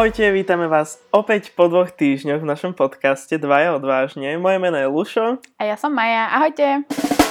Ahojte, vítame vás opäť po 2 týždňoch v našom podcaste Dvaja odvážne. Moje meno je Lušo. A ja som Maja. Ahojte.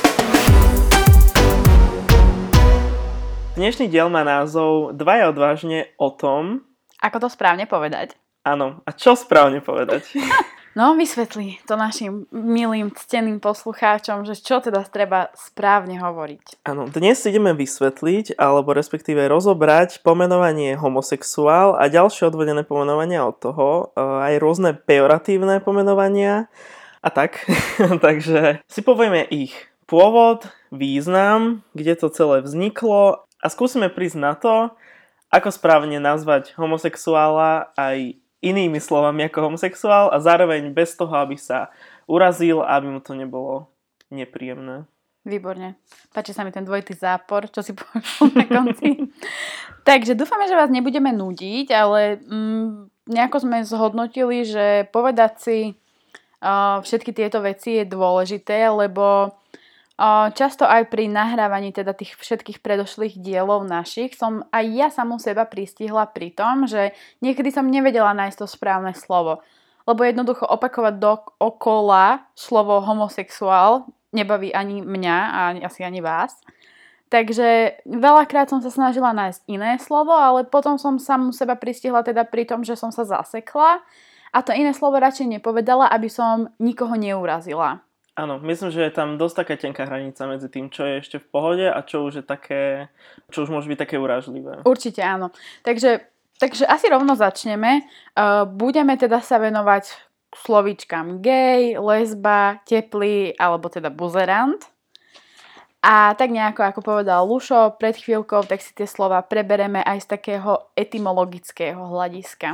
Dnešný diel má názov Dvaja odvážne o tom... Ako to správne povedať? Áno, a čo správne povedať? No, vysvetli to našim milým, cteným poslucháčom, že čo teda treba správne hovoriť. Áno, dnes ideme vysvetliť, alebo respektíve rozobrať pomenovanie homosexuál a ďalšie odvodené pomenovania od toho, aj rôzne pejoratívne pomenovania a tak. Takže si povieme ich pôvod, význam, kde to celé vzniklo a skúsime prísť na to, ako správne nazvať homosexuála aj inými slovami ako homosexuál a zároveň bez toho, aby sa urazil a aby mu to nebolo nepríjemné. Výborne. Páči sa mi ten dvojitý zápor, čo si povedal na konci. Takže dúfame, že vás nebudeme núdiť, ale nejako sme zhodnotili, že povedať si všetky tieto veci je dôležité, lebo často aj pri nahrávaní teda tých všetkých predošlých dielov našich som aj ja samu seba pristihla pri tom, že niekedy som nevedela nájsť to správne slovo. Lebo jednoducho opakovať dookola slovo homosexuál nebaví ani mňa a asi ani vás. Takže veľakrát som sa snažila nájsť iné slovo, ale potom som samu seba pristihla teda pri tom, že som sa zasekla a to iné slovo radšej nepovedala, aby som nikoho neurazila. Áno, myslím, že je tam dosť taká tenká hranica medzi tým, čo je ešte v pohode a čo už je také, čo už môže byť také urážlivé. Určite áno. Takže asi rovno začneme. Budeme teda sa venovať slovíčkam gay, lesba, teplý alebo teda buzerant. A tak nejako, ako povedal Lušo pred chvíľkou, tak si tie slova prebereme aj z takého etymologického hľadiska.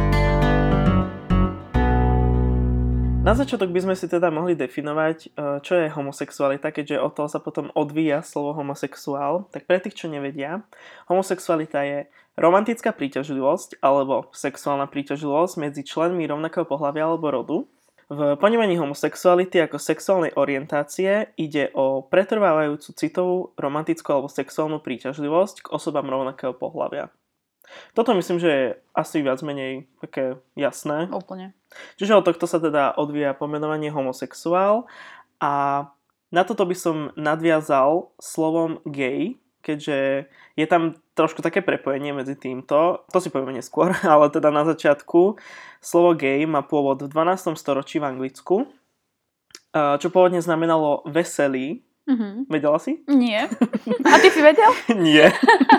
Na začiatok by sme si teda mohli definovať, čo je homosexualita, keďže od toho sa potom odvíja slovo homosexuál. Tak pre tých, čo nevedia, homosexualita je romantická príťažlivosť alebo sexuálna príťažlivosť medzi členmi rovnakého pohlavia alebo rodu. V ponímaní homosexuality ako sexuálnej orientácie ide o pretrvávajúcu citovú, romantickú alebo sexuálnu príťažlivosť k osobám rovnakého pohlavia. Toto myslím, že je asi viac menej také jasné. Úplne. Čiže od tohto sa teda odvíja pomenovanie homosexuál a na toto by som nadviazal slovom gay, keďže je tam trošku také prepojenie medzi týmto. To si povieme neskôr, ale teda na začiatku slovo gay má pôvod v 12. storočí v Anglicku, čo pôvodne znamenalo veselý. Mm-hmm. Vedela si? Nie. A ty si vedel? Nie.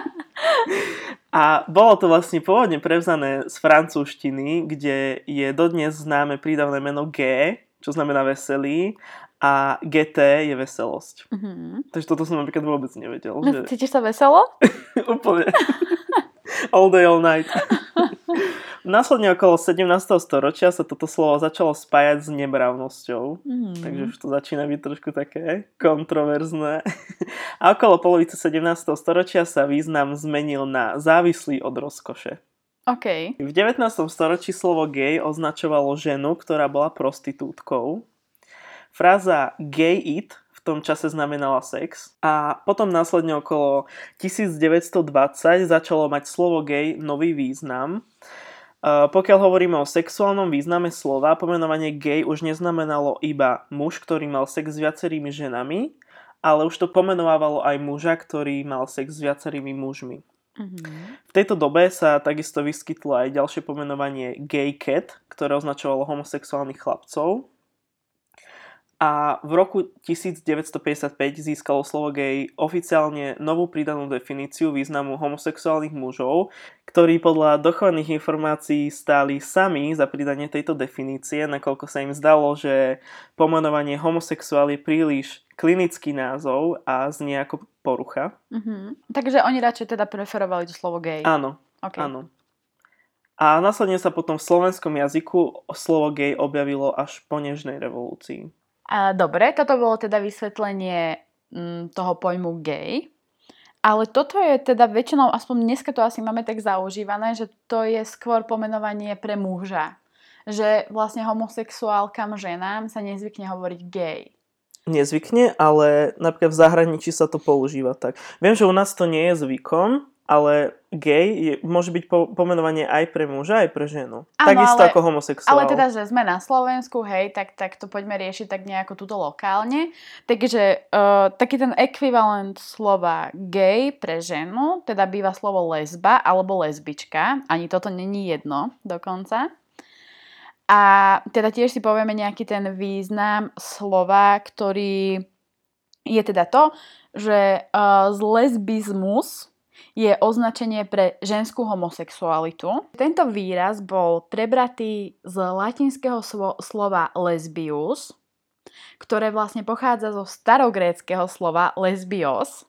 A bolo to vlastne pôvodne prevzané z francúzštiny, kde je dodnes známe prídavné meno G, čo znamená veselý, a GT je veselosť. Mm-hmm. Takže toto som napríklad vôbec nevedel. Že... Cítiš sa veselo? Úplne. All day, all night. Následne okolo 17. storočia sa toto slovo začalo spájať s nemravnosťou. Takže už to začína byť trošku také kontroverzné. A okolo polovice 17. storočia sa význam zmenil na závislý od rozkoše. Okay. V 19. storočí slovo gay označovalo ženu, ktorá bola prostitútkou. Fráza gay it v tom čase znamenala sex. A potom následne okolo 1920 začalo mať slovo gay nový význam. Pokiaľ hovoríme o sexuálnom význame slova, pomenovanie gay už neznamenalo iba muž, ktorý mal sex s viacerými ženami, ale už to pomenovávalo aj muža, ktorý mal sex s viacerými mužmi. Mm-hmm. V tejto dobe sa takisto vyskytlo aj ďalšie pomenovanie gay cat, ktoré označovalo homosexuálnych chlapcov. A v roku 1955 získalo slovo gay oficiálne novú pridanú definíciu významu homosexuálnych mužov, ktorí podľa dochovaných informácií stáli sami za pridanie tejto definície, nakoľko sa im zdalo, že pomenovanie homosexuál je príliš klinický názov a znie ako porucha. Mm-hmm. Takže oni radšej teda preferovali to slovo gay. Áno, okay. Áno. A následne sa potom v slovenskom jazyku slovo gay objavilo až po nežnej revolúcii. Dobre, toto bolo teda vysvetlenie toho pojmu gay, ale toto je teda väčšinou, aspoň dneska to asi máme tak zaužívané, že to je skôr pomenovanie pre muža. Že vlastne homosexuálkam ženám sa nezvykne hovoriť gay. Nezvykne, ale napríklad v zahraničí sa to používa tak. Viem, že u nás to nie je zvykom, Ale gay môže byť pomenovanie aj pre muža, aj pre ženu. Áno, takisto ale, ako homosexuál. Ale teda, že sme na Slovensku, hej, tak to poďme riešiť tak nejako tuto lokálne. Takže taký ten ekvivalent slova gay pre ženu, teda býva slovo lesba alebo lesbička. Ani toto není jedno dokonca. A teda tiež si povieme nejaký ten význam slova, ktorý je teda to, že lesbizmus je označenie pre ženskú homosexualitu. Tento výraz bol prebratý z latinského slova lesbius, ktoré vlastne pochádza zo starogréckeho slova lesbios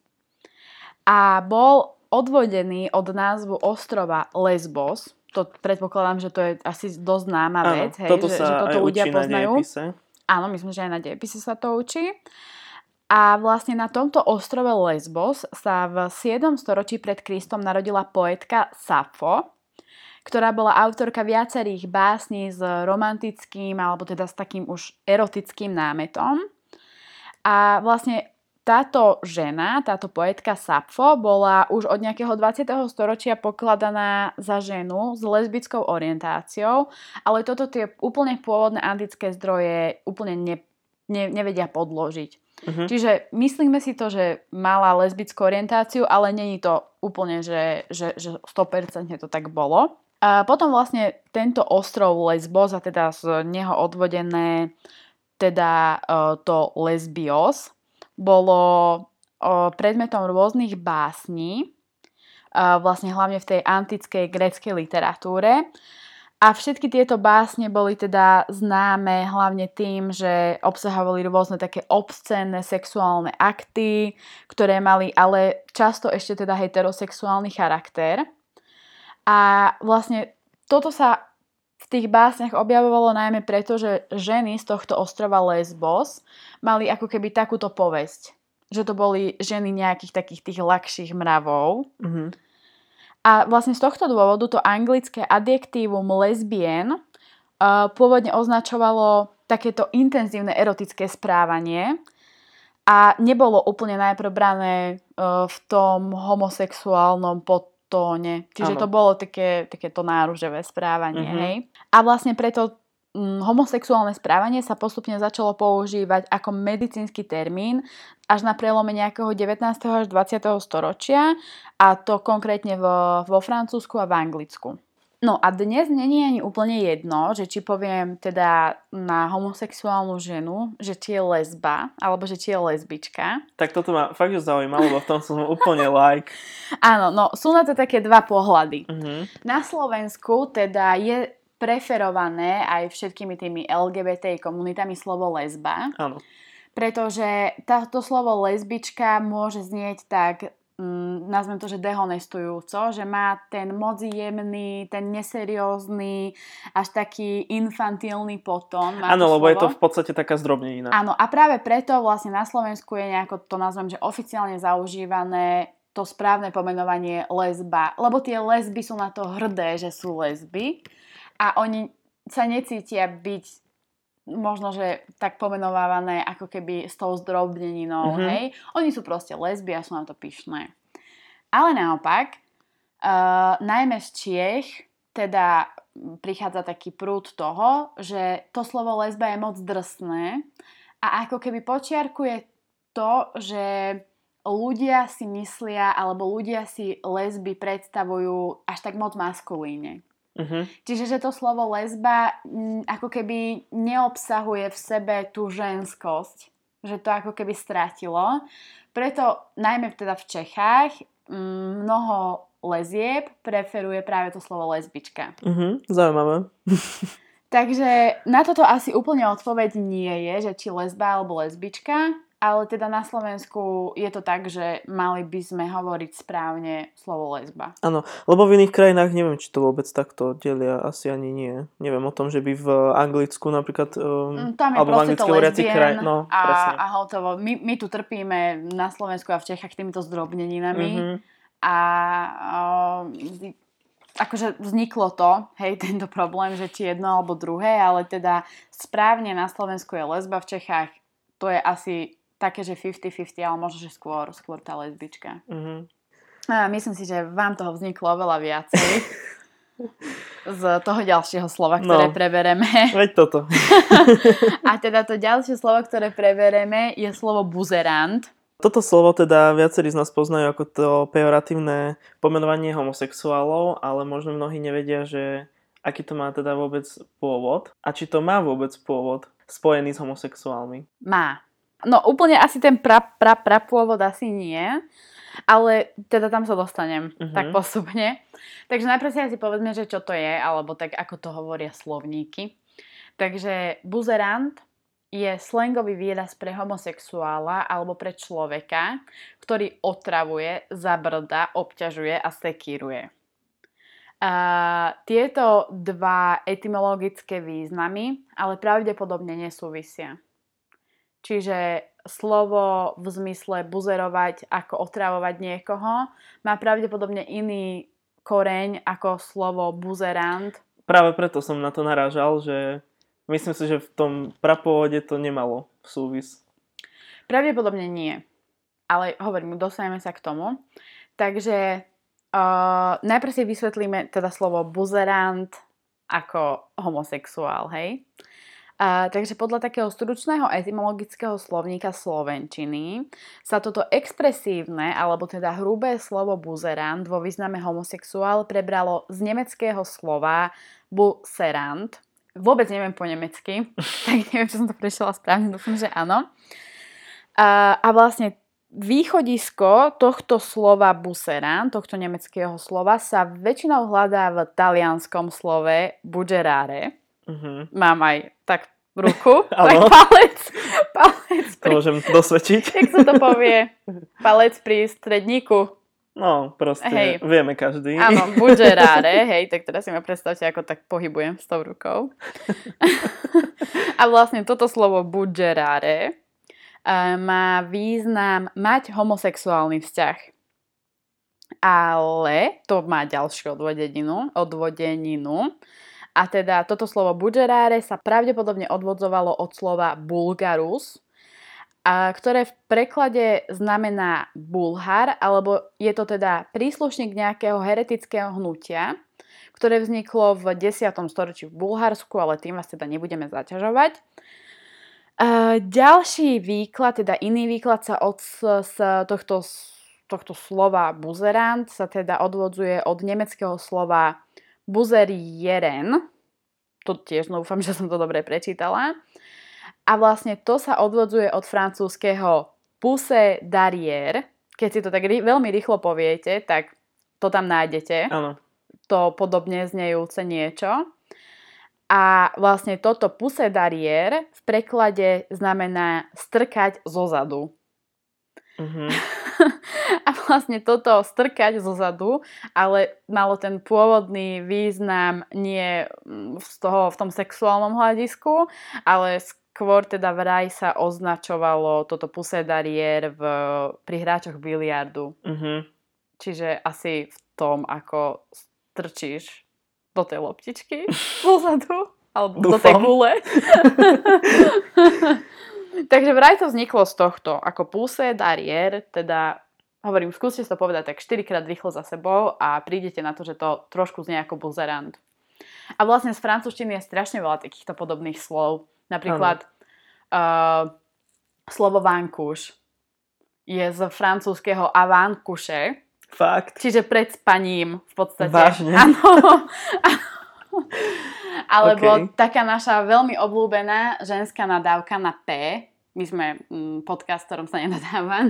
a bol odvodený od názvu ostrova Lesbos. To predpokladám, že to je asi dosť známa vec, hej, že toto ľudia poznajú. Áno, myslím, že aj na dejepise sa to učí. A vlastne na tomto ostrove Lesbos sa v 7. storočí pred Kristom narodila poetka Safo, ktorá bola autorka viacerých básní s romantickým alebo teda s takým už erotickým námetom. A vlastne táto žena, táto poetka Safo bola už od nejakého 20. storočia pokladaná za ženu s lesbickou orientáciou, ale toto tie úplne pôvodné antické zdroje úplne nevedia podložiť. Uh-huh. Čiže myslíme si to, že mala lesbickú orientáciu, ale není to úplne, že 100% to tak bolo. A potom vlastne tento ostrov Lesbos a teda z neho odvodené teda to lesbios bolo predmetom rôznych básní, vlastne hlavne v tej antickej gréckej literatúre. A všetky tieto básne boli teda známe hlavne tým, že obsahovali rôzne také obscénne sexuálne akty, ktoré mali ale často ešte teda heterosexuálny charakter. A vlastne toto sa v tých básniach objavovalo najmä preto, že ženy z tohto ostrova Lesbos mali ako keby takúto povesť. Že to boli ženy nejakých takých tých ľahších mravov. Mm-hmm. A vlastne z tohto dôvodu to anglické adjektívum lesbien pôvodne označovalo takéto intenzívne erotické správanie a nebolo úplne najprv brané v tom homosexuálnom podtóne. Čiže to bolo takéto náružové správanie. Mm-hmm. Hej? A vlastne preto homosexuálne správanie sa postupne začalo používať ako medicínsky termín až na prelome nejakého 19. až 20. storočia a to konkrétne vo Francúzsku a v Anglicku. No a dnes není ani úplne jedno, že či poviem teda na homosexuálnu ženu, že či je lesba, alebo že či je lesbička. Tak toto ma fakt zaujímalo, lebo v tom som úplne like. Áno, no sú na to také dva pohľady. Uh-huh. Na Slovensku teda je preferované aj všetkými tými LGBT komunitami slovo lesba. Áno. Pretože táto slovo lesbička môže znieť tak, nazvem to, že dehonestujúco, že má ten moc jemný, ten neseriózny, až taký infantilný potón. Áno, lebo je to v podstate taká zdrobnenina. Áno, a práve preto vlastne na Slovensku je nejako, to nazvem, že oficiálne zaužívané to správne pomenovanie lesba. Lebo tie lesby sú na to hrdé, že sú lesby. A oni sa necítia byť možno, že tak pomenovávané ako keby s tou zdrobneninou, hej. Oni sú proste lesby a sú na to pyšné. Ale naopak, najmä z Čiech teda prichádza taký prúd toho, že to slovo lesba je moc drsné a ako keby počiarkuje to, že ľudia si myslia alebo ľudia si lesby predstavujú až tak moc maskulíne. Uh-huh. Čiže že to slovo lesba ako keby neobsahuje v sebe tú ženskosť, že to ako keby stratilo. Preto najmä teda v Čechách mnoho lezieb preferuje práve to slovo lesbička. Uh-huh. Zaujímavé. Takže na toto asi úplne odpoveď nie je, že či lesba alebo lesbička, ale teda na Slovensku je to tak, že mali by sme hovoriť správne slovo lesba. Áno, lebo v iných krajinách neviem, či to vôbec takto delia, asi ani nie. Neviem o tom, že by v Anglicku napríklad, tam je alebo v anglicky hovoriacich krajinách. No, a hotovo. My tu trpíme na Slovensku a v Čechách týmito zdrobneninami. Uh-huh. A akože vzniklo to, hej, tento problém, že či jedno alebo druhé, ale teda správne na Slovensku je lesba, v Čechách to je asi také, že 50-50, ale možno, že skôr tá lesbička. Uh-huh. Myslím si, že vám toho vzniklo oveľa viacej z toho ďalšieho slova, ktoré prebereme. Veď toto. A teda to ďalšie slovo, ktoré prebereme, je slovo buzerant. Toto slovo teda viacerí z nás poznajú ako to pejoratívne pomenovanie homosexuálov, ale možno mnohí nevedia, že aký to má teda vôbec pôvod a či to má vôbec pôvod spojený s homosexuálmi. Má. No úplne asi ten prapôvod asi nie, ale teda tam sa dostanem tak postupne. Takže najprv si asi povedzme, že čo to je, alebo tak ako to hovoria slovníky. Takže buzerant je slangový výraz pre homosexuála alebo pre človeka, ktorý otravuje, zabrda, obťažuje a sekíruje. Tieto dva etymologické významy ale pravdepodobne nesúvisia. Čiže slovo v zmysle buzerovať ako otravovať niekoho má pravdepodobne iný koreň ako slovo buzerant. Práve preto som na to narážal, že myslím si, že v tom prapôvode to nemalo súvis. Pravdepodobne nie. Ale hovorím, dostaneme sa k tomu. Takže najprv si vysvetlíme teda slovo buzerant ako homosexuál, hej? Takže podľa takého stručného etymologického slovníka slovenčiny sa toto expresívne, alebo teda hrubé slovo buzerant vo význame homosexuál prebralo z nemeckého slova buserant. Vôbec neviem po nemecky, tak neviem, či som to prešla správne, dúfam, že áno. A vlastne východisko tohto slova buserant, tohto nemeckého slova, sa väčšinou hľadá v talianskom slove bugerare. Mám aj tak ruku, tak palec to môžem dosvedčiť. Jak sa to povie? Palec pri stredníku. No, proste, vieme každý. Áno, bugerare, hej, tak teraz si ma predstavte, ako tak pohybujem s tou rukou. A vlastne toto slovo bugerare má význam mať homosexuálny vzťah. Ale to má ďalšiu odvodeninu. A teda toto slovo bugerare sa pravdepodobne odvodzovalo od slova bulgarus, ktoré v preklade znamená bulhar, alebo je to teda príslušník nejakého heretického hnutia, ktoré vzniklo v 10. storočí v Bulharsku, ale tým vás teda nebudeme zaťažovať. Ďalší výklad, teda iný výklad sa od tohto slova buzerant sa teda odvodzuje od nemeckého slova buzerieren. To tiež dúfam, že som to dobre prečítala. A vlastne to sa odvodzuje od francúzskeho pousse derrière. Keď si to tak veľmi rýchlo poviete, tak to tam nájdete. Áno. To podobne znejúce niečo. A vlastne toto pousse derrière v preklade znamená strkať zozadu. A vlastne toto strkať zozadu, ale malo ten pôvodný význam nie v tom sexuálnom hľadisku, ale skôr teda vraj sa označovalo toto pousse derrière pri hráčoch biliardu. Čiže asi v tom, ako strčíš do tej loptičky zozadu, alebo do tej gule. Takže vraj to vzniklo z tohto, ako pousse derrière, teda hovorím, skúste to povedať tak 4-krát rýchlo za sebou a prídete na to, že to trošku znie ako buzerant. A vlastne z francúzštiny je strašne veľa takýchto podobných slov. Napríklad slovo vankúš je z francúzskeho avant coucher. Fakt? Čiže pred spaním v podstate. Vážne? Áno. Alebo taká naša veľmi obľúbená ženská nadávka na P. My sme podcast, ktorom sa nenadáva.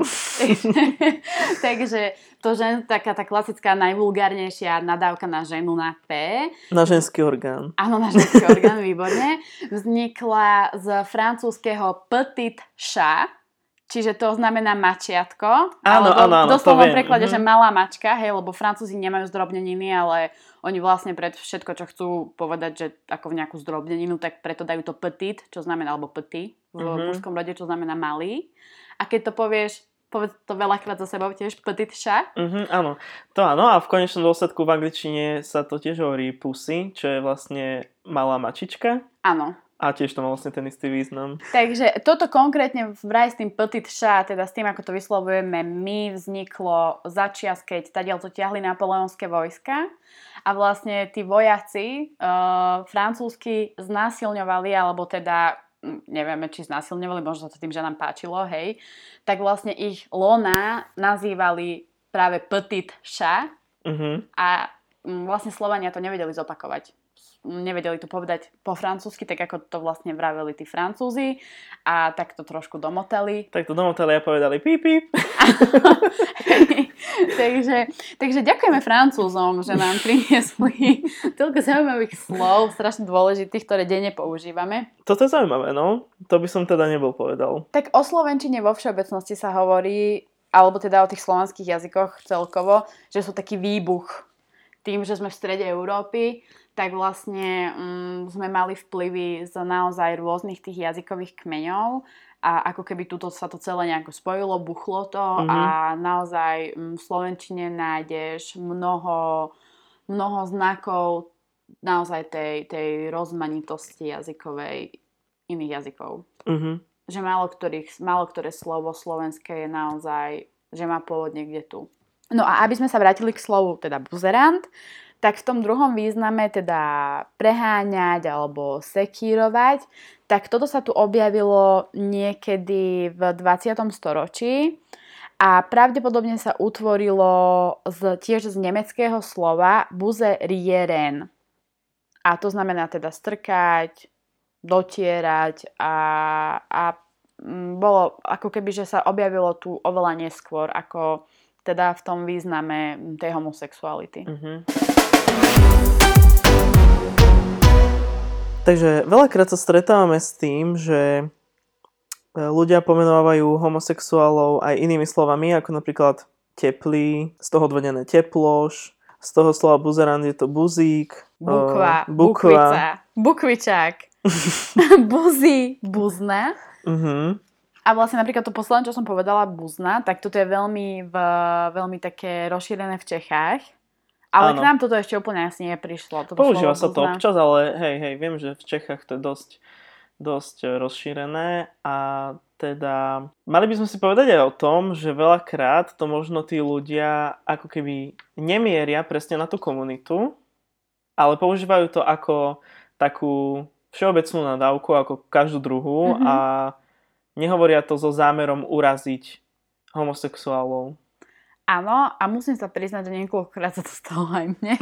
Takže to taká tá klasická najvulgárnejšia nadávka na ženu na P. Na ženský orgán. Áno, na ženský orgán, výborne. Vznikla z francúzskeho petit chat, čiže to znamená mačiatko. Áno, v doslovnom preklade, že malá mačka, hej, lebo Francúzi nemajú zdrobneniny, ale oni vlastne pred všetko, čo chcú povedať, že ako v nejakú zdrobneninu, tak preto dajú to petit, čo znamená, alebo petit v mužskom rode, čo znamená malý. A keď to povedz to veľakrát za sebou tiež, petit chat. Áno, to áno, a v konečnom dôsledku v angličtine sa to tiež hovorí pussy, čo je vlastne malá mačička. Áno. A tiež to má vlastne ten istý význam. Takže toto konkrétne vraj s tým petit chat, teda s tým, ako to vyslovujeme my, vzniklo začias, keď tadiaľ to ťahli napoleonské vojska a vlastne tí vojaci francúzsky znásilňovali, alebo teda nevieme, či znásilňovali, možno to tým, že nám páčilo, hej, tak vlastne ich lona nazývali práve petit chat a vlastne Slovania to nevedeli zopakovať. Nevedeli to povedať po francúzsky, tak ako to vlastne vraveli tí Francúzi a tak to trošku domotali. Tak to domotali a povedali píp, píp. takže ďakujeme Francúzom, že nám priniesli toľko zaujímavých slov, strašne dôležitých, ktoré denne používame. Toto je zaujímavé, no. To by som teda nebol povedal. Tak o slovenčine vo všeobecnosti sa hovorí, alebo teda o tých slovanských jazykoch celkovo, že sú taký výbuch. Tým, že sme v strede Európy, tak vlastne sme mali vplyvy z naozaj rôznych tých jazykových kmeňov a ako keby tuto sa to celé nejako spojilo, buchlo to a naozaj v slovenčine nájdeš mnoho znakov naozaj tej rozmanitosti jazykovej iných jazykov. Že málo ktoré slovo slovenské je naozaj, že má pôvod niekde tu. No a aby sme sa vrátili k slovu teda buzerant, tak v tom druhom význame teda preháňať alebo sekírovať, tak toto sa tu objavilo niekedy v 20. storočí a pravdepodobne sa utvorilo tiež z nemeckého slova buzerieren. A to znamená teda strkať, dotierať a bolo ako keby, že sa objavilo tu oveľa neskôr ako teda v tom význame tej homosexuality. Takže veľakrát sa stretávame s tým, že ľudia pomenovávajú homosexuálov aj inými slovami, ako napríklad teplý, z toho odvodené teploš, z toho slova buzerant je to buzík, bukva, bukvičák, buzí, buzna. A vlastne napríklad to posledné, čo som povedala, buzna, tak toto je veľmi také rozšírené v Čechách. Ale k nám toto ešte úplne asi neprišlo. Používa sa to občas, ale hej, viem, že v Čechách to je dosť rozšírené a teda mali by sme si povedať aj o tom, že veľakrát to možno tí ľudia ako keby nemieria presne na tú komunitu, ale používajú to ako takú všeobecnú nadávku, ako každú druhú a nehovoria to so zámerom uraziť homosexuálov. Áno, a musím sa priznať, že niekoľkokrát sa to stalo aj mne.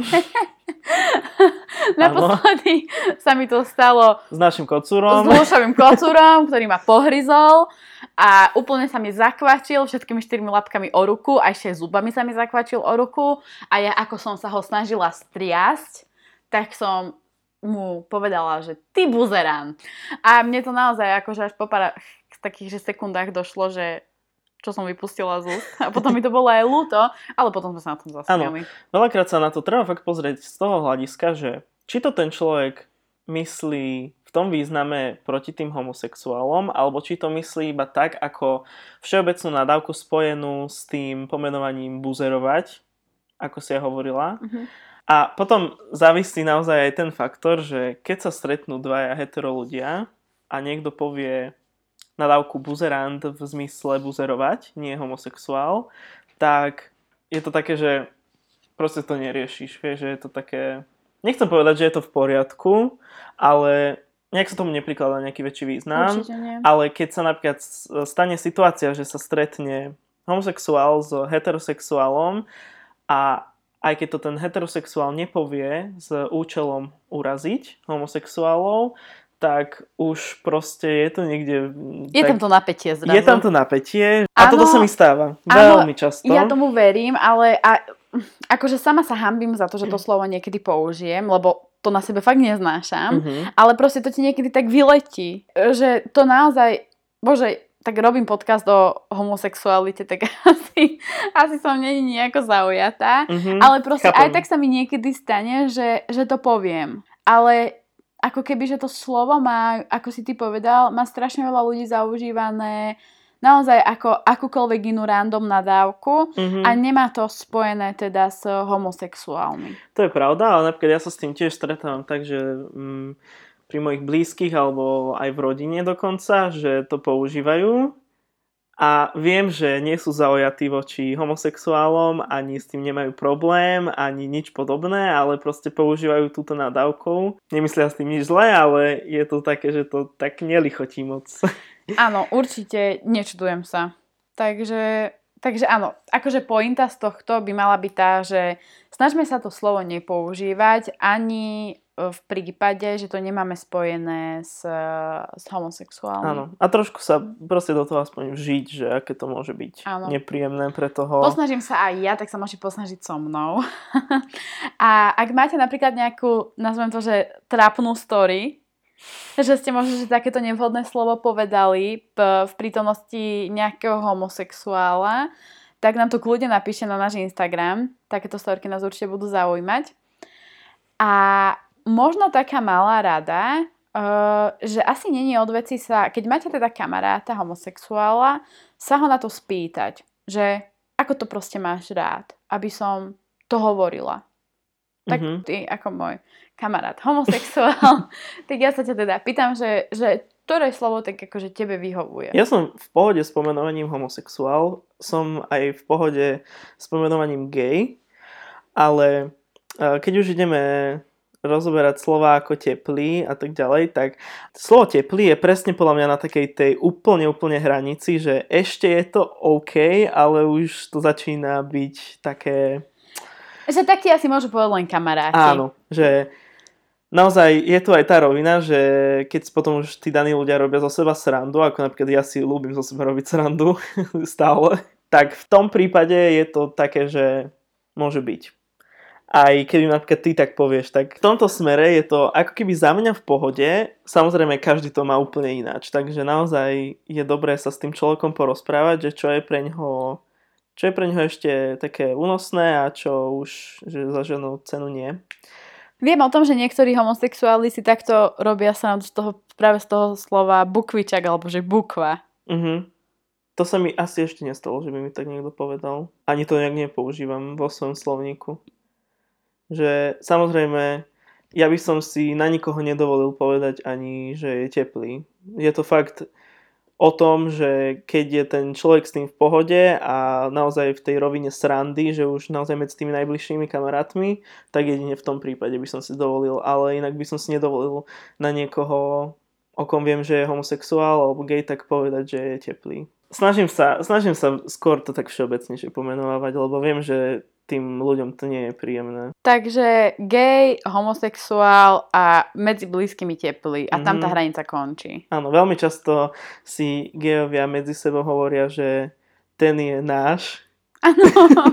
Naposledy sa mi to stalo s našim kocúrom. S Lušovým kocúrom, ktorý ma pohryzol a úplne sa mi zakvačil všetkými 4 labkami o ruku a ešte zubami sa mi zakvačil o ruku a ja ako som sa ho snažila striasť, tak som mu povedala, že ty buzerant. A mne to naozaj akože až po pár takých sekundách došlo, že čo som vypustila z úst. A potom mi to bolo aj ľúto, ale potom sme sa na tom zasmiali. Áno, veľakrát sa na to treba fakt pozrieť z toho hľadiska, že či to ten človek myslí v tom význame proti tým homosexuálom, alebo či to myslí iba tak, ako všeobecnú nadávku spojenú s tým pomenovaním buzerovať, ako si ja hovorila. A potom závisí naozaj aj ten faktor, že keď sa stretnú dvaja hetero ľudia a niekto povie nadávku buzerant v zmysle buzerovať, nie homosexuál, tak je to také, že proste to neriešiš, vieš, že je to také, nechcem povedať, že je to v poriadku, ale nejak sa tomu neprikladá nejaký väčší význam. Určite nie. Ale keď sa napríklad stane situácia, že sa stretne homosexuál s heterosexuálom a aj keď to ten heterosexuál nepovie s účelom uraziť homosexuálov, tak už proste je to niekde... Je tam to napätie zrazu. Je tam to napätie a toto sa mi stáva veľmi často. Ja tomu verím, ale akože sama sa hanbím za to, že to slovo niekedy použijem, lebo to na sebe fakt neznášam, ale proste to ti niekedy tak vyletí, že to naozaj, bože, tak robím podcast o homosexualite, tak asi som není nejako zaujatá, ale proste aj tak sa mi niekedy stane, že to poviem. Ale ako keby, že to slovo má, ako si ty povedal, má strašne veľa ľudí zaužívané naozaj ako akúkoľvek inú random nadávku a nemá to spojené teda s homosexuálmi. To je pravda, ale napríklad ja sa s tým tiež stretávam tak, že pri mojich blízkych alebo aj v rodine dokonca, že to používajú. A viem, že nie sú zaujatí voči homosexuálom, ani s tým nemajú problém, ani nič podobné, ale proste používajú túto nadávkou. Nemyslia s tým nič zlé, ale je to také, že to tak nelichotí moc. Áno, určite nečudujem sa. Takže áno, akože pointa z tohto by mala byť tá, že snažme sa to slovo nepoužívať ani v prípade, že to nemáme spojené s homosexuálmi. Áno, a trošku sa proste do toho aspoň vžiť, že aké to môže byť nepríjemné pre toho. Posnažím sa aj ja, tak sa môžete posnažiť so mnou. A ak máte napríklad nejakú, nazvem to, že trápnu story, že ste možno, že takéto nevhodné slovo povedali v prítomnosti nejakého homosexuála, tak nám to kľudne napíšte na náš Instagram. Takéto storky nás určite budú zaujímať. A možno taká malá rada, že asi není od veci sa, keď máte teda kamaráta homosexuála, sa ho na to spýtať, že ako to proste máš rád, aby som to hovorila. Tak ty, ako môj kamarát homosexuál, tak ja sa ťa teda pýtam, že ktoré slovo tak akože tebe vyhovuje. Ja som v pohode s pomenovaním homosexuál, som aj v pohode s pomenovaním gay, ale keď už ideme rozoberať slová ako teplý a tak ďalej, tak slovo teplý je presne podľa mňa na takej tej úplne hranici, že ešte je to OK, ale už to začína byť také... Že tak ti asi môžu povedať len kamaráti. Áno, že naozaj je tu aj tá rovina, že keď potom už tí daní ľudia robia zo seba srandu, ako napríklad ja si ľúbim zo seba robiť srandu stále, tak v tom prípade je to také, že môže byť. Aj keby napríklad ty tak povieš, tak v tomto smere je to ako keby za mňa v pohode, samozrejme každý to má úplne ináč, takže naozaj je dobré sa s tým človekom porozprávať, že čo je pre ňoho ešte také únosné a čo už že za žiadnu cenu nie. Viem o tom, že niektorí homosexuáli si takto robia sa práve z toho slova bukvičak alebo že bukva. To sa mi asi ešte nestalo, že by mi tak niekto povedal. Ani to nejak nepoužívam vo svojom slovníku. Že samozrejme, ja by som si na nikoho nedovolil povedať ani, že je teplý. Je to fakt o tom, že keď je ten človek s tým v pohode a naozaj v tej rovine srandy, že už naozaj medzi tými najbližšími kamarátmi, tak jedine v tom prípade by som si dovolil, ale inak by som si nedovolil na niekoho, o kom viem, že je homosexuál alebo gay, tak povedať, že je teplý. Snažím sa skôr to tak všeobecnejšie pomenovať, lebo viem, že tým ľuďom to nie je príjemné. Takže gay, homosexuál a medzi blízkymi teplý a tam tá hranica končí. Áno, veľmi často si gejovia medzi sebou hovoria, že ten je náš. Áno.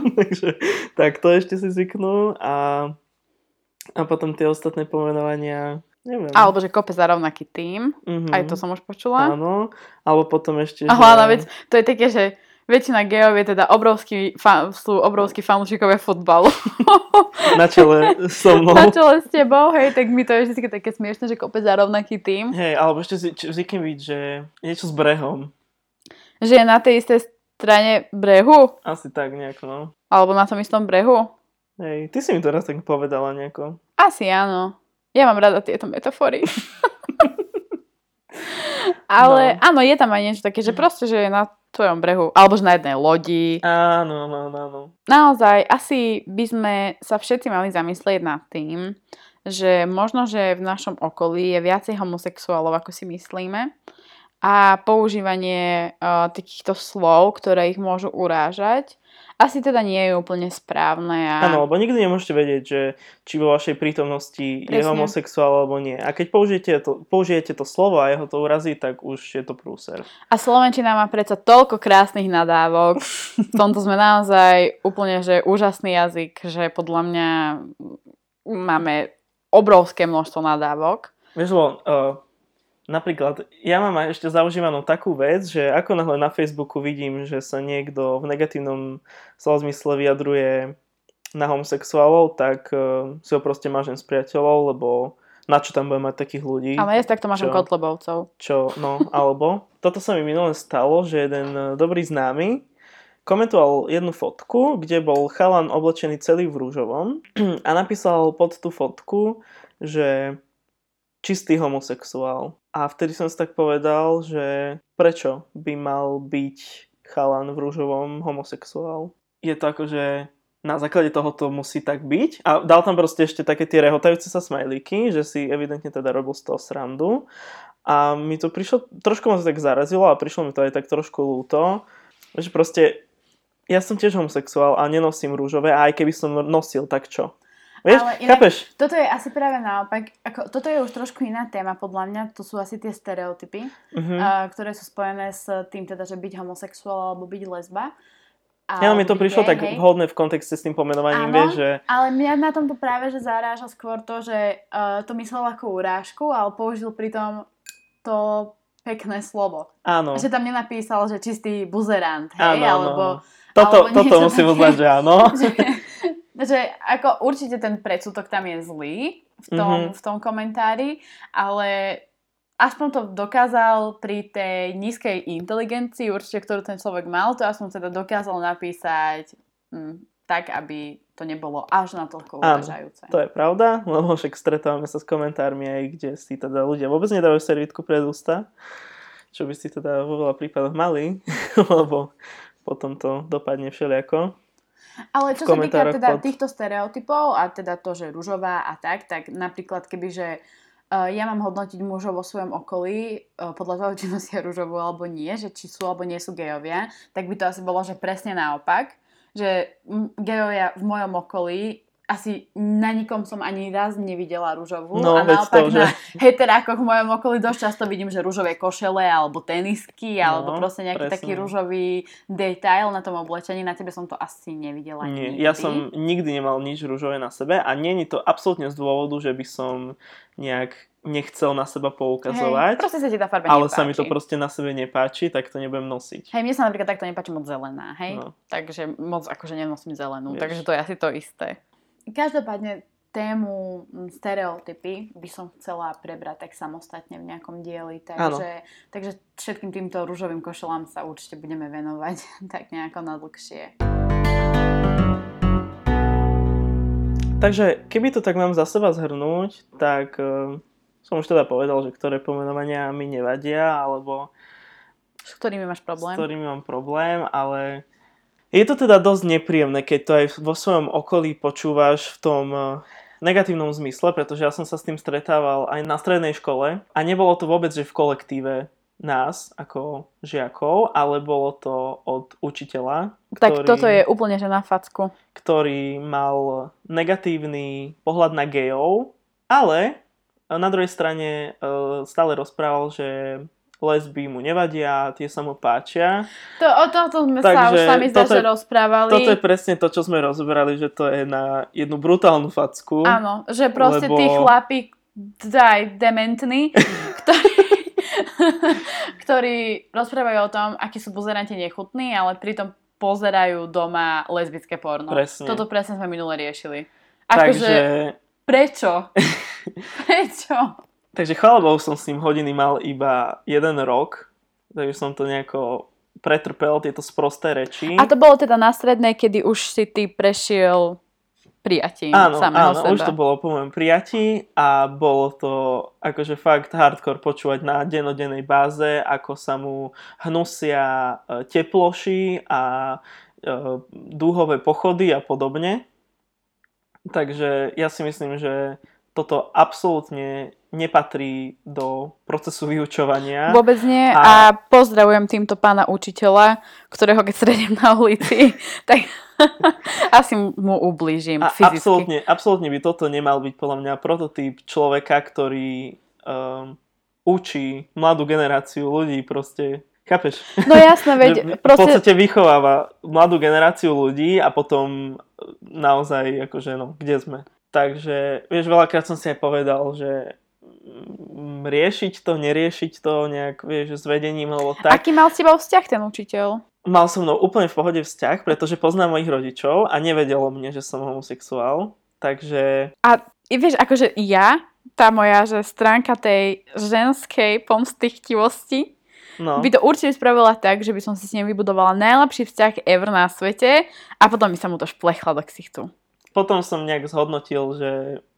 Tak to ešte si zvyknú a potom tie ostatné pomenovania, neviem. Alebo že kope za rovnaký tím. Aj to som už počula. Áno, alebo potom ešte, a hlavná vec, to je také, že väčšina gejov je teda sú obrovskí fanúšikovia futbalu. Na čele so mnou. Na čele s tebou, hej, tak mi to je vždy také smiešne, že kope za rovnaký tím. Hej, alebo ešte zvyknem byť, že niečo s brehom. Že je na tej istej strane brehu? Asi tak nejako, no. Alebo na tom istom brehu? Hej, ty si mi to raz tak povedala nejako. Asi áno. Ja mám rada tieto metafory. Ale áno, je tam aj niečo také, že proste, že je na tvojom brehu, alebo že na jednej lodi. Áno. Naozaj, asi by sme sa všetci mali zamyslieť nad tým, že možno, že v našom okolí je viacej homosexuálov, ako si myslíme. A používanie takýchto slov, ktoré ich môžu urážať, asi teda nie je úplne správne. Áno, lebo nikdy nemôžete vedieť, že či vo vašej prítomnosti je homosexuál alebo nie. A keď použijete to slovo a jeho to urazí, tak už je to prúser. A slovenčina má predsa toľko krásnych nadávok. V tomto sme naozaj úplne že úžasný jazyk, že podľa mňa máme obrovské množstvo nadávok. Vieš, napríklad, ja mám aj ešte zaužívanú takú vec, že ako náhle na Facebooku vidím, že sa niekto v negatívnom slova zmysle vyjadruje na homosexuálov, tak si ho proste mážem s priateľov, lebo na čo tam budem mať takých ľudí. Ale ja takto mážem Kotlebovcov. Alebo toto sa mi minulé stalo, že jeden dobrý známy komentoval jednu fotku, kde bol chalan oblečený celý v rúžovom a napísal pod tú fotku, že čistý homosexuál. A vtedy som si tak povedal, že prečo by mal byť chalan v rúžovom homosexuál. Je to akože na základe toho to musí tak byť. A dal tam proste ešte také tie rehotajúce sa smajlíky, že si evidentne teda robil z toho srandu. A mi to prišlo, trošku ma to tak zarazilo a prišlo mi to aj tak trošku ľúto, že proste ja som tiež homosexuál a nenosím rúžové a aj keby som nosil, tak čo? Vieš, ale inak, chápeš? toto je asi práve naopak, toto je už trošku iná téma podľa mňa, to sú asi tie stereotypy, ktoré sú spojené s tým teda, že byť homosexuál alebo byť lesba. Ja, mi to prišlo tak vhodné v kontexte s tým pomenovaním, vieš, že... Ale mňa na tomto práve, že zaráža skôr to, že to myslel ako urážku, ale použil pritom to pekné slovo. Áno. Že tam nenapísal, že čistý buzerant, hej, áno, alebo... Toto musím uznať, že áno. že ako určite ten predsudok tam je zlý v tom komentári, ale aspoň to dokázal pri tej nízkej inteligencii, určite, ktorú ten človek mal, to aspoň teda dokázal napísať tak, aby to nebolo až natoľko uražajúce. To je pravda, lebo však stretávame sa s komentármi aj, kde si teda ľudia vôbec nedávajú servítku pred ústa, čo by si teda vo veľa prípadoch mali, lebo potom to dopadne všelijako. Ale čo sa týka teda týchto stereotypov a teda to, že ružová a tak napríklad kebyže ja mám hodnotiť mužov vo svojom okolí podľa toho, či nosia ružovú alebo nie, že či sú alebo nie sú gejovia, tak by to asi bolo, že presne naopak, že gejovia v mojom okolí asi na nikom som ani raz nevidela ružovú a naopak na heterákoch v mojom okolí dosť často vidím, že ružové košele alebo tenisky alebo proste nejaký taký ružový detail na tom oblečení. Na tebe som to asi nevidela nikdy. Ja som nikdy nemal nič ružové na sebe a nie je to absolútne z dôvodu, že by som nejak nechcel na seba poukazovať. Proste sa ti tá farba ale nepáči. sa mi to proste na sebe nepáči, tak to nebudem nosiť. Mne sa napríklad takto nepáči moc zelená, hej? No. Takže moc akože nenosím zelenú, takže to je asi to isté. Každopádne tému stereotypy by som chcela prebrať tak samostatne v nejakom dieli, takže všetkým týmto ružovým košelám sa určite budeme venovať tak nejako na dlhšie. Takže keby to tak mám za seba zhrnúť, tak som už teda povedal, že ktoré pomenovania mi nevadia, alebo s ktorými máš problém? S ktorými mám problém, ale je to teda dosť nepríjemné, keď to aj vo svojom okolí počúvaš v tom negatívnom zmysle, pretože ja som sa s tým stretával aj na strednej škole a nebolo to vôbec, že v kolektíve nás ako žiakov, ale bolo to od učiteľa. Tak toto je úplne že na facku. Ktorý mal negatívny pohľad na gejov, ale na druhej strane stále rozprával, že lesby mu nevadia, tie sa mu páčia. O tomto sme sa už sami zdá, že rozprávali. Toto je presne to, čo sme rozoberali, že to je na jednu brutálnu facku. Áno, že proste tí chlapi dementní, ktorí rozprávajú o tom, akí sú buzeranti nechutní, ale pritom pozerajú doma lesbické porno. Presne. Toto presne sme minule riešili. Takže... Prečo? Takže chvála Bohu som s tým hodiny mal iba 1 rok, takže som to nejako pretrpel, tieto sprosté reči. A to bolo teda na strednej, kedy už si ty prešiel prijatím samého seba. Áno, už to bolo po mojom prijatí a bolo to akože fakt hardcore počúvať na dennodennej báze, ako sa mu hnusia teploši a dúhové pochody a podobne. Takže ja si myslím, že toto absolútne nepatrí do procesu vyučovania. Vôbec nie a pozdravujem týmto pána učiteľa, ktorého keď stretnem na ulici, tak asi mu ublížim fyzicky. Absolútne by toto nemal byť podľa mňa prototyp človeka, ktorý učí mladú generáciu ľudí proste. Chápeš? No jasné, veď v podstate vychováva mladú generáciu ľudí a potom naozaj akože kde sme. Takže, vieš, veľakrát som si aj povedal, že riešiť to, neriešiť to nejak, vieš, s vedením, alebo tak. Aký mal s tebou vzťah ten učiteľ? Mal so mnou úplne v pohode vzťah, pretože poznám mojich rodičov a nevedelo mne, že som homosexuál, takže... A vieš, akože tá moja že stránka tej ženskej pomstychtivosti, by to určite spravila tak, že by som si s ním vybudovala najlepší vzťah ever na svete a potom by sa mu to šplechla do ksichtu. Potom som nejak zhodnotil, že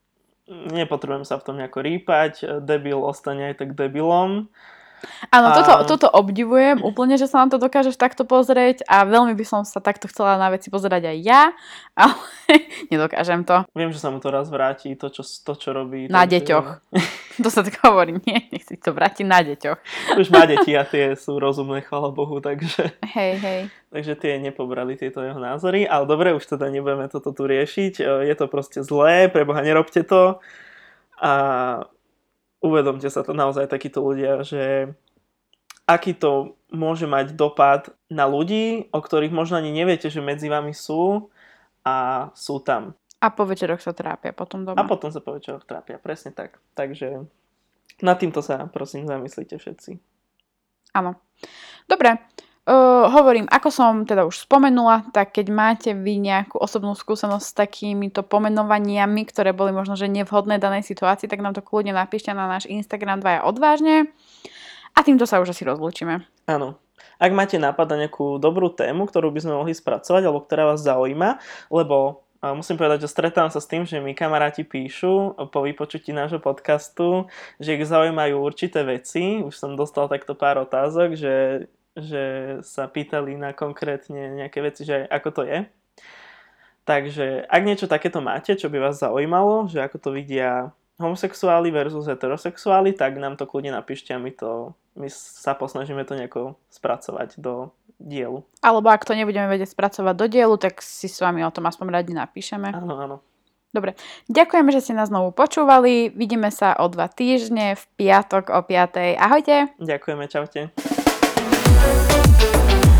nepotrebujem sa v tom nejako rýpať, debil ostane aj tak debilom. Áno, toto obdivujem úplne, že sa na to dokážeš takto pozrieť a veľmi by som sa takto chcela na veci pozerať aj ja, ale nedokážem to. Viem, že sa mu to raz vráti, to, čo robí. Na deťoch. To sa tak hovorí, nie, nechci to vrátiť na deťoch. Už má deti a tie sú rozumné, chvála Bohu, takže... Hej. Takže tie nepobrali tieto jeho názory, ale dobre, už teda nebudeme toto tu riešiť. Je to proste zlé, preboha, nerobte to. A uvedomte sa to naozaj takíto ľudia, že aký to môže mať dopad na ľudí, o ktorých možno ani neviete, že medzi vami sú a sú tam. A po večeroch sa trápia potom doma. A potom sa po večeroch trápia, presne tak. Takže nad týmto sa prosím zamyslite všetci. Áno. Dobre. Hovorím, ako som teda už spomenula, tak keď máte vy nejakú osobnú skúsenosť s takýmito pomenovaniami, ktoré boli možno, že nevhodné danej situácii, tak nám to kľudne napíšte na náš Instagram Dvaja odvážne a týmto sa už asi rozlúčime. Áno. Ak máte nápad na nejakú dobrú tému, ktorú by sme mohli spracovať alebo ktorá vás zaujíma, lebo musím povedať, že stretávam sa s tým, že mi kamaráti píšu po vypočutí nášho podcastu, že ich zaujímajú určité veci. Už som dostal takto pár otázok, že sa pýtali na konkrétne nejaké veci, že ako to je. Takže ak niečo takéto máte, čo by vás zaujímalo, že ako to vidia homosexuáli versus heterosexuáli, tak nám to kľudne napíšte a my sa posnažíme to nejako spracovať do dielu. Alebo ak to nebudeme vedieť spracovať do dielu, tak si s vami o tom aspoň radi napíšeme. Áno. Dobre, ďakujeme, že ste nás znovu počúvali. Vidíme sa o 2 týždne v piatok o 5:00. Ahojte. Ďakujeme, čaute. Thank you.